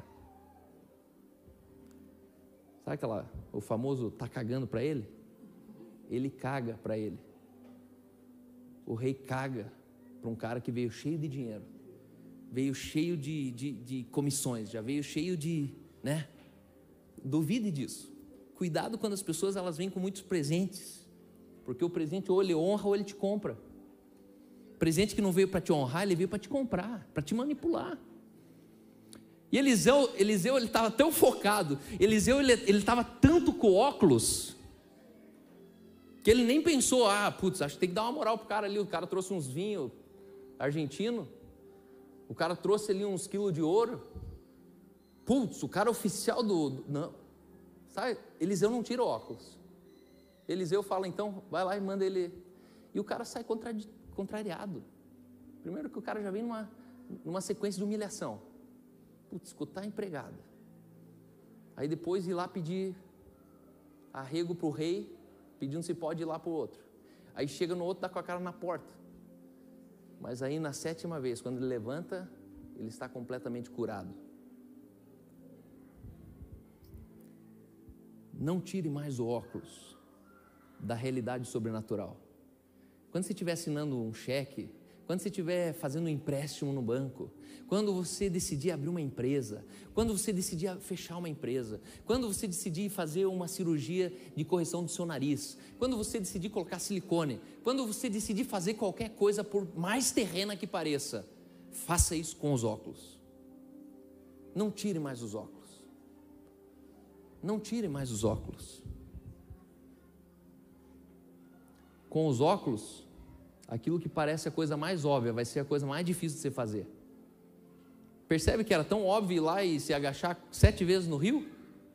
Sabe o famoso tá cagando para ele? Ele caga para ele. O rei caga para um cara que veio cheio de dinheiro, veio cheio de comissões, já veio cheio de, né? Duvide disso. Cuidado quando as pessoas elas vêm com muitos presentes, porque o presente ou ele honra ou ele te compra. Presente que não veio para te honrar, ele veio para te comprar, para te manipular. E Eliseu ele estava tão focado, Eliseu ele estava tanto com óculos, que ele nem pensou, putz, acho que tem que dar uma moral pro cara ali, o cara trouxe uns vinhos argentino, o cara trouxe ali uns quilos de ouro, putz, o cara oficial não, sabe, Eliseu não tira óculos, Eliseu fala, então, vai lá e manda ele, e o cara sai contrariado, primeiro que o cara já vem numa sequência de humilhação, putz, escutar empregada. Aí depois ir lá pedir arrego para o rei, pedindo se pode ir lá para o outro. Aí chega no outro, dá com a cara na porta. Mas aí na 7ª vez, quando ele levanta, ele está completamente curado. Não tire mais o óculos da realidade sobrenatural. Quando você estiver assinando um cheque, quando você estiver fazendo um empréstimo no banco, quando você decidir abrir uma empresa, quando você decidir fechar uma empresa, quando você decidir fazer uma cirurgia de correção do seu nariz, quando você decidir colocar silicone, quando você decidir fazer qualquer coisa, por mais terrena que pareça, faça isso com os óculos. Não tire mais os óculos. Não tire mais os óculos. Com os óculos, aquilo que parece a coisa mais óbvia vai ser a coisa mais difícil de você fazer. Percebe que era tão óbvio ir lá e se agachar 7 vezes no rio?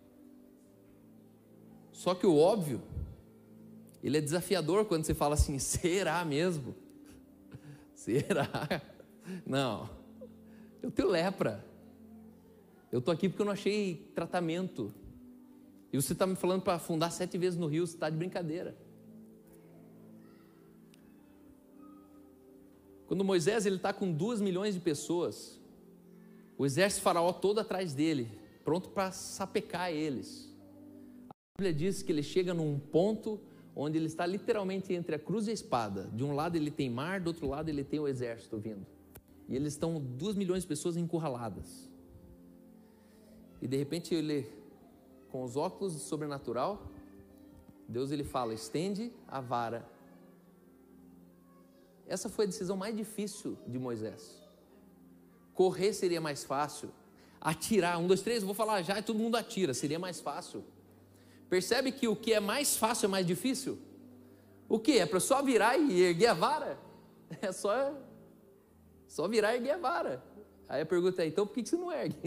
Só que o óbvio, ele é desafiador quando você fala assim, será mesmo? Será? Não, eu tenho lepra, eu estou aqui porque eu não achei tratamento, e você está me falando para afundar 7 vezes no rio, você está de brincadeira. Quando Moisés está com 2 milhões de pessoas, o exército faraó todo atrás dele, pronto para sapecar eles. A Bíblia diz que ele chega num ponto onde ele está literalmente entre a cruz e a espada. De um lado ele tem mar, do outro lado ele tem o exército vindo. E eles estão 2 milhões de pessoas encurraladas. E de repente ele, com os óculos do sobrenatural, Deus ele fala, estende a vara. Essa foi a decisão mais difícil de Moisés. Correr seria mais fácil. Atirar, 1, 2, 3, eu vou falar já e todo mundo atira, seria mais fácil. Percebe que o que é mais fácil é mais difícil? O que? É para só virar e erguer a vara? É só virar e erguer a vara. Aí a pergunta é, então por que você não ergue?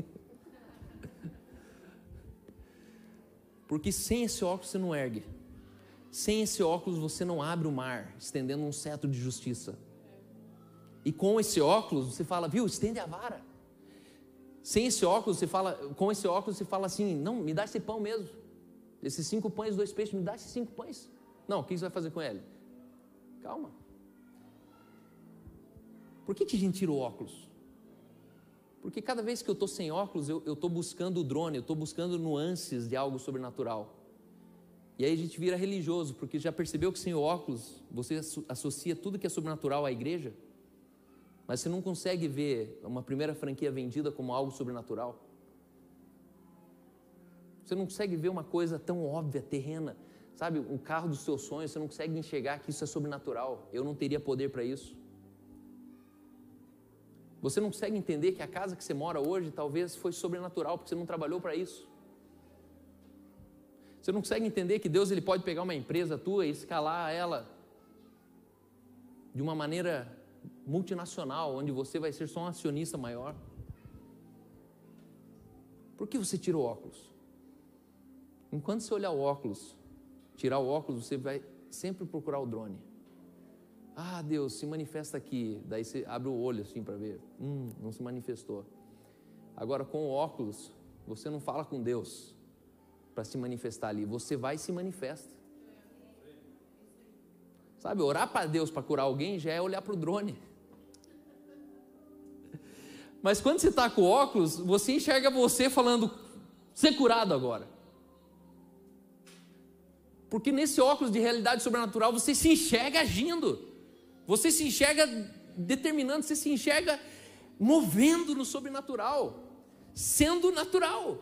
Porque sem esse óculos você não ergue. Sem esse óculos você não abre o mar, estendendo um cetro de justiça. E com esse óculos você fala, viu, estende a vara. Sem esse óculos você fala, com esse óculos você fala assim, não, me dá esse pão mesmo. Esses 5 pães, 2 peixes, me dá esses 5 pães. Não, o que você vai fazer com ele? Calma. Por que a gente tira o óculos? Porque cada vez que eu estou sem óculos, eu estou buscando o drone, eu estou buscando nuances de algo sobrenatural. E aí a gente vira religioso, porque já percebeu que sem o óculos, você associa tudo que é sobrenatural à igreja? Mas você não consegue ver uma primeira franquia vendida como algo sobrenatural? Você não consegue ver uma coisa tão óbvia, terrena, sabe? Um carro dos seus sonhos, você não consegue enxergar que isso é sobrenatural. Eu não teria poder para isso. Você não consegue entender que a casa que você mora hoje talvez foi sobrenatural, porque você não trabalhou para isso. Você não consegue entender que Deus ele pode pegar uma empresa tua e escalar ela de uma maneira multinacional, onde você vai ser só um acionista maior. Por que você tira o óculos? Enquanto você olhar o óculos, tirar o óculos, você vai sempre procurar o drone. Ah, Deus, se manifesta aqui. Daí você abre o olho assim para ver. Não se manifestou. Agora com o óculos, você não fala com Deus para se manifestar ali, você vai e se manifesta. Sabe, orar para Deus para curar alguém já é olhar para o drone. Mas quando você está com óculos, você enxerga você falando, ser curado agora. Porque nesse óculos de realidade sobrenatural, você se enxerga agindo. Você se enxerga determinando, você se enxerga movendo no sobrenatural, sendo natural.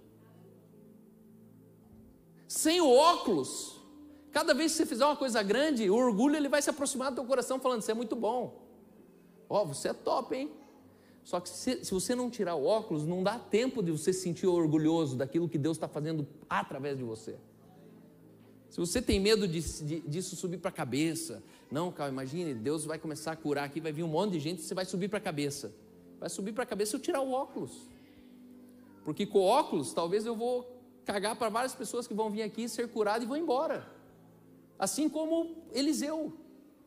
Sem o óculos, cada vez que você fizer uma coisa grande, o orgulho ele vai se aproximar do teu coração falando, você é muito bom. Ó, você é top, hein? Só que se você não tirar o óculos, não dá tempo de você se sentir orgulhoso daquilo que Deus está fazendo através de você. Se você tem medo disso subir para a cabeça, não, calma, imagine, Deus vai começar a curar aqui, vai vir um monte de gente, você vai subir para a cabeça. Vai subir para a cabeça se eu tirar o óculos. Porque com o óculos, talvez eu vou cagar para várias pessoas que vão vir aqui ser curadas e vão embora. Assim como Eliseu.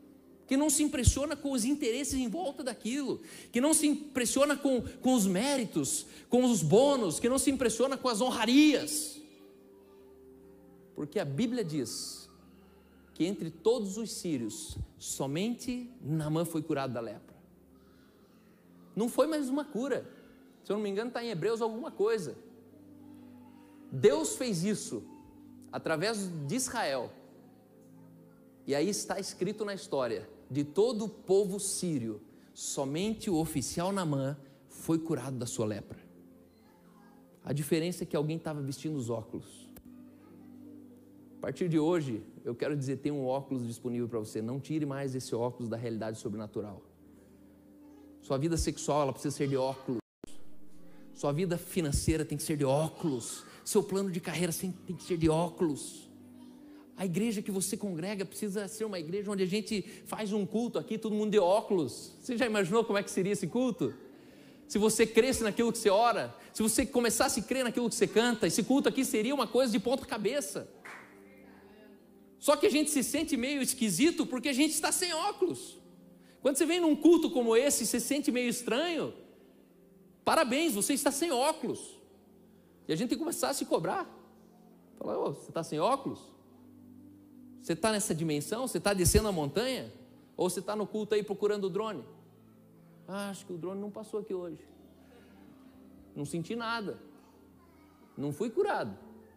que não se impressiona com os interesses em volta daquilo, que não se impressiona com os méritos, com os bônus, que não se impressiona com as honrarias. Porque a Bíblia diz que entre todos os sírios, somente Naamã foi curado da lepra. Não foi mais uma cura, se eu não me engano está em Hebreus alguma coisa. Deus fez isso através de Israel, e aí está escrito na história: de todo o povo sírio, somente o oficial Naamã foi curado da sua lepra. A diferença é que alguém estava vestindo os óculos. A partir de hoje, eu quero dizer, tem um óculos disponível para você. Não tire mais esse óculos da realidade sobrenatural. Sua vida sexual, ela precisa ser de óculos. Sua vida financeira tem que ser de óculos. Seu plano de carreira tem que ser de óculos. A igreja que você congrega precisa ser uma igreja onde a gente faz um culto aqui, todo mundo de óculos. Você já imaginou como é que seria esse culto? Se você cresce naquilo que você ora, se você começasse a crer naquilo que você canta, esse culto aqui seria uma coisa de ponta cabeça. Só que a gente se sente meio esquisito porque a gente está sem óculos. Quando você vem num culto como esse e você se sente meio estranho, parabéns, você está sem óculos. E a gente tem que começar a se cobrar. Falar, você está sem óculos? Você está nessa dimensão? Você está descendo a montanha? Ou você está no culto aí procurando o drone? Acho que o drone não passou aqui hoje. Não senti nada. Não fui curado.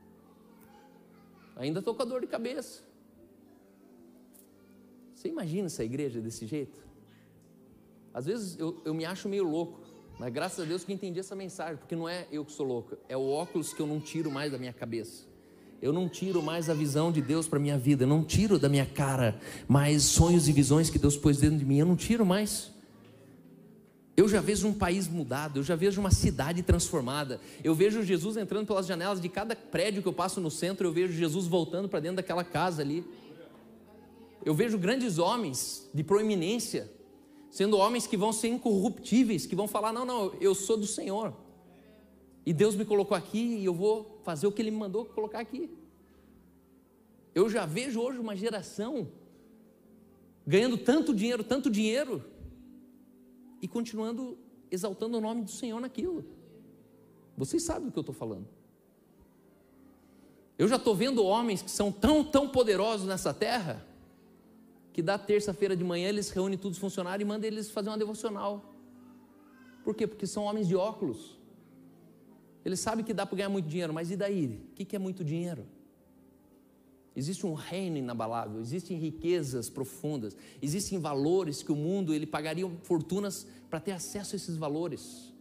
Ainda estou com a dor de cabeça. Você imagina essa igreja desse jeito? Às vezes eu me acho meio louco, mas graças a Deus que eu entendi essa mensagem, porque não é eu que sou louco, é o óculos que eu não tiro mais da minha cabeça. Eu não tiro mais a visão de Deus para a minha vida, eu não tiro da minha cara mais sonhos e visões que Deus pôs dentro de mim, eu não tiro mais. Eu já vejo um país mudado, eu já vejo uma cidade transformada, eu vejo Jesus entrando pelas janelas de cada prédio que eu passo no centro, eu vejo Jesus voltando para dentro daquela casa ali. Eu vejo grandes homens de proeminência, sendo homens que vão ser incorruptíveis, que vão falar, não, eu sou do Senhor, e Deus me colocou aqui, e eu vou fazer o que Ele me mandou colocar aqui. Eu já vejo hoje uma geração ganhando tanto dinheiro, e continuando exaltando o nome do Senhor naquilo. Vocês sabem do que eu estou falando. Eu já estou vendo homens que são tão poderosos nessa terra, que da terça-feira de manhã eles reúnem todos os funcionários e mandam eles fazer uma devocional. Por quê? Porque são homens de óculos. Eles sabem que dá para ganhar muito dinheiro, mas e daí? O que é muito dinheiro? Existe um reino inabalável, existem riquezas profundas, existem valores que o mundo, ele pagaria fortunas para ter acesso a esses valores.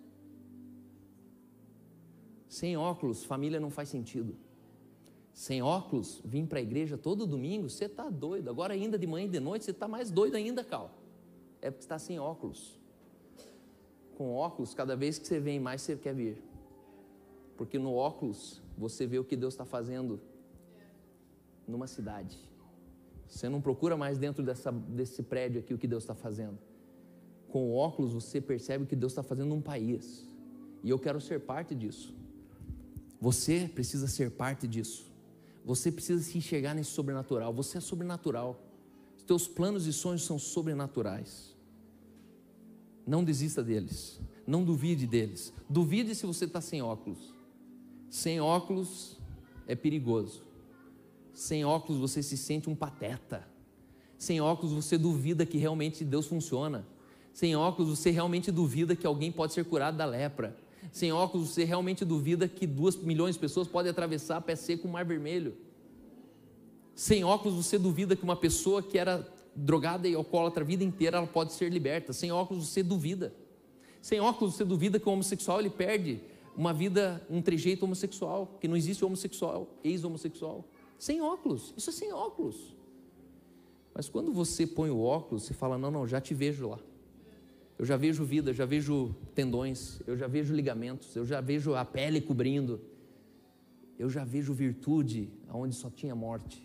Sem óculos, família não faz sentido. Sem óculos, vir para a igreja todo domingo, você está doido. Agora ainda de manhã e de noite, você está mais doido ainda, Cal. É porque está sem óculos. Com óculos, cada vez que você vem mais, você quer vir. Porque no óculos, você vê o que Deus está fazendo numa cidade. Você não procura mais dentro desse prédio aqui o que Deus está fazendo. Com óculos, você percebe o que Deus está fazendo num país. E eu quero ser parte disso. Você precisa ser parte disso. Você precisa se enxergar nesse sobrenatural. Você é sobrenatural. Os teus planos e sonhos são sobrenaturais. Não desista deles. Não duvide deles. Duvide se você está sem óculos. Sem óculos é perigoso. Sem óculos você se sente um pateta. Sem óculos você duvida que realmente Deus funciona. Sem óculos você realmente duvida que alguém pode ser curado da lepra. Sem óculos você realmente duvida que 2 milhões de pessoas podem atravessar a pé seco o Mar Vermelho. Sem óculos você duvida que uma pessoa que era drogada e alcoólatra a vida inteira, ela pode ser liberta. Sem óculos você duvida. Sem óculos você duvida que o homossexual ele perde uma vida, um trejeito homossexual, que não existe homossexual, ex-homossexual. Sem óculos, isso é sem óculos. Mas quando você põe o óculos, você fala, não, já te vejo lá. Eu já vejo vida, eu já vejo tendões, eu já vejo ligamentos, eu já vejo a pele cobrindo, eu já vejo virtude onde só tinha morte.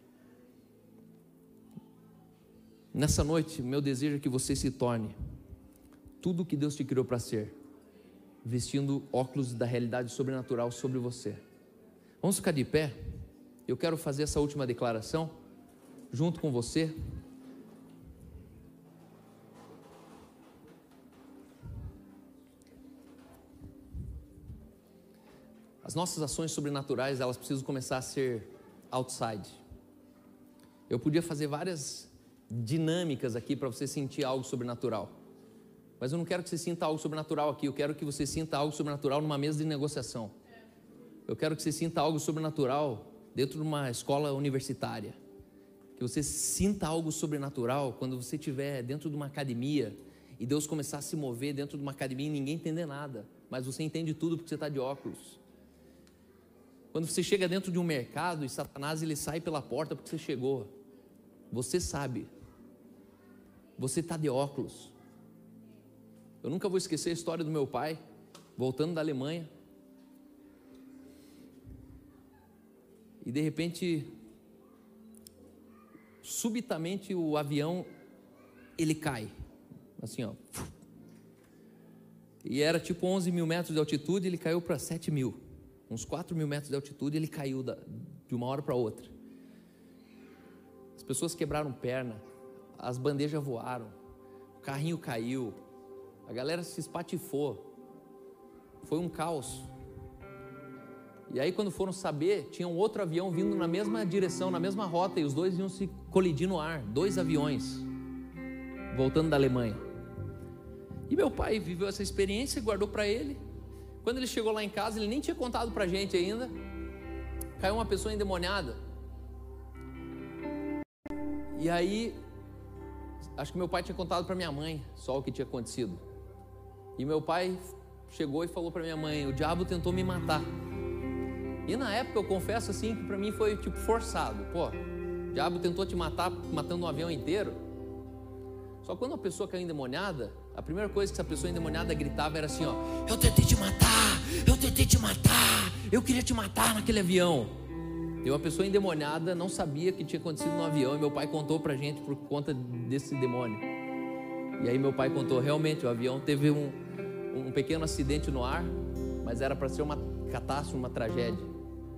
Nessa noite, meu desejo é que você se torne tudo o que Deus te criou para ser, vestindo óculos da realidade sobrenatural sobre você. Vamos ficar de pé? Eu quero fazer essa última declaração junto com você. As nossas ações sobrenaturais, elas precisam começar a ser outside. Eu podia fazer várias dinâmicas aqui para você sentir algo sobrenatural, mas eu não quero que você sinta algo sobrenatural aqui. Eu quero que você sinta algo sobrenatural numa mesa de negociação. Eu quero que você sinta algo sobrenatural dentro de uma escola universitária. Que você sinta algo sobrenatural quando você estiver dentro de uma academia e Deus começar a se mover dentro de uma academia e ninguém entender nada, mas você entende tudo porque você está de óculos. Quando você chega dentro de um mercado e Satanás ele sai pela porta porque você chegou, você sabe, você está de óculos. Eu nunca vou esquecer a história do meu pai, voltando da Alemanha, e de repente, subitamente o avião, ele cai, assim ó, e era tipo 11 mil metros de altitude, ele caiu para 7 mil, uns 4 mil metros de altitude, ele caiu de uma hora para outra. As pessoas quebraram perna, as bandejas voaram, o carrinho caiu, a galera se espatifou, foi um caos. E aí quando foram saber, tinha um outro avião vindo na mesma direção, na mesma rota, e os dois iam se colidir no ar, 2 aviões, voltando da Alemanha. E meu pai viveu essa experiência e guardou para ele. Quando ele chegou lá em casa, ele nem tinha contado para a gente ainda, caiu uma pessoa endemoniada. E aí, acho que meu pai tinha contado para minha mãe só o que tinha acontecido. E meu pai chegou e falou para minha mãe: o diabo tentou me matar. E na época eu confesso assim que para mim foi tipo forçado. Pô, o diabo tentou te matar matando um avião inteiro. Só que quando uma pessoa caiu endemoniada, a primeira coisa que essa pessoa endemoniada gritava era assim, ó: eu tentei te matar, eu tentei te matar, eu queria te matar naquele avião. E uma pessoa endemoniada não sabia o que tinha acontecido no avião, e meu pai contou pra gente por conta desse demônio. E aí meu pai contou, realmente o avião teve um pequeno acidente no ar, mas era para ser uma catástrofe, uma tragédia.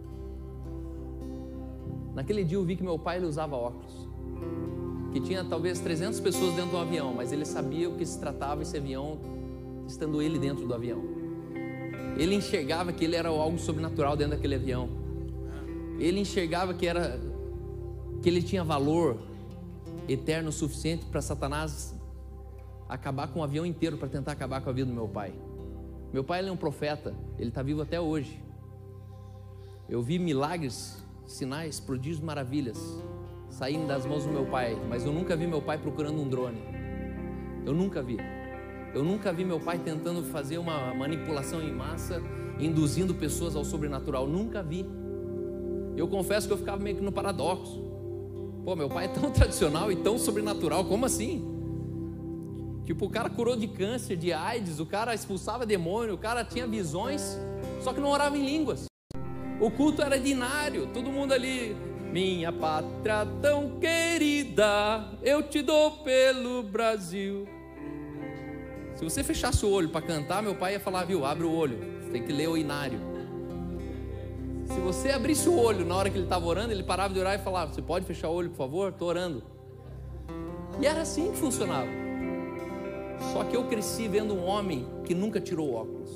Naquele dia eu vi que meu pai ele usava óculos, que tinha talvez 300 pessoas dentro do avião, mas ele sabia o que se tratava esse avião, estando ele dentro do avião. Ele enxergava que ele era algo sobrenatural dentro daquele avião. Ele enxergava que ele tinha valor eterno o suficiente para Satanás acabar com o avião inteiro para tentar acabar com a vida do meu pai. Meu pai ele é um profeta, ele está vivo até hoje. Eu vi milagres, sinais, prodígios, maravilhas saindo das mãos do meu pai, mas eu nunca vi meu pai procurando um drone. Eu nunca vi meu pai tentando fazer uma manipulação em massa, induzindo pessoas ao sobrenatural. Nunca vi. Eu confesso que eu ficava meio que no paradoxo. Pô, meu pai é tão tradicional e tão sobrenatural, como assim? Tipo, o cara curou de câncer, de AIDS, o cara expulsava demônio, o cara tinha visões, só que não orava em línguas. O culto era dinário, todo mundo ali: minha pátria tão querida, eu te dou pelo Brasil. Se você fechasse o olho para cantar, meu pai ia falar: viu, abre o olho, você tem que ler o inário. Se você abrisse o olho na hora que ele estava orando, ele parava de orar e falava: você pode fechar o olho, por favor? Estou orando. E era assim que funcionava. Só que eu cresci vendo um homem que nunca tirou óculos.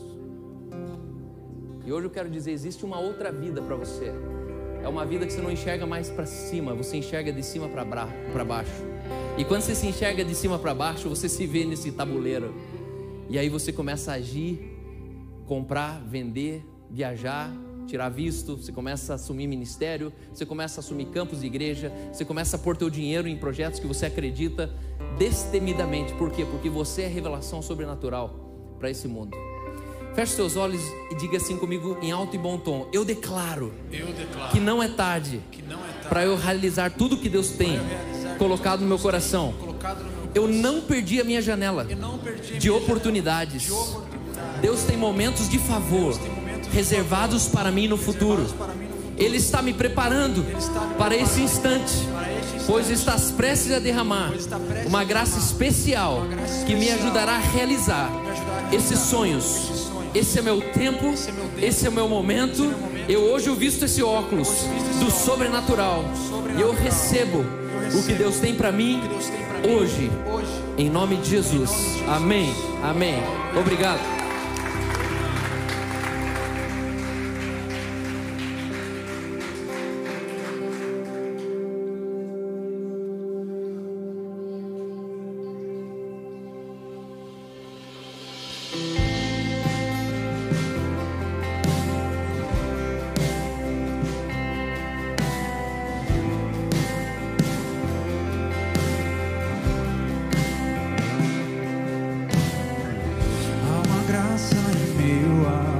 E hoje eu quero dizer, existe uma outra vida para você. É uma vida que você não enxerga mais para cima, você enxerga de cima para baixo. E quando você se enxerga de cima para baixo, você se vê nesse tabuleiro. E aí você começa a agir, comprar, vender, viajar, tirar visto, você começa a assumir ministério, você começa a assumir campos de igreja, você começa a pôr teu dinheiro em projetos que você acredita destemidamente. Por quê? Porque você é revelação sobrenatural para esse mundo. Feche seus olhos e diga assim comigo em alto e bom tom: eu declaro que não é tarde para eu realizar tudo que Deus tem colocado no meu coração. Eu não perdi a minha janela de oportunidades. Deus tem momentos de favor reservados para mim no futuro. Ele está me preparando para esse instante, pois estás prestes a derramar uma graça especial que me ajudará a realizar esses sonhos. Esse é meu tempo, esse é o meu momento. Eu hoje eu visto esse óculos do sobrenatural e eu recebo o que Deus tem para mim hoje, em nome de Jesus. Amém, amém. Obrigado. passa em meio a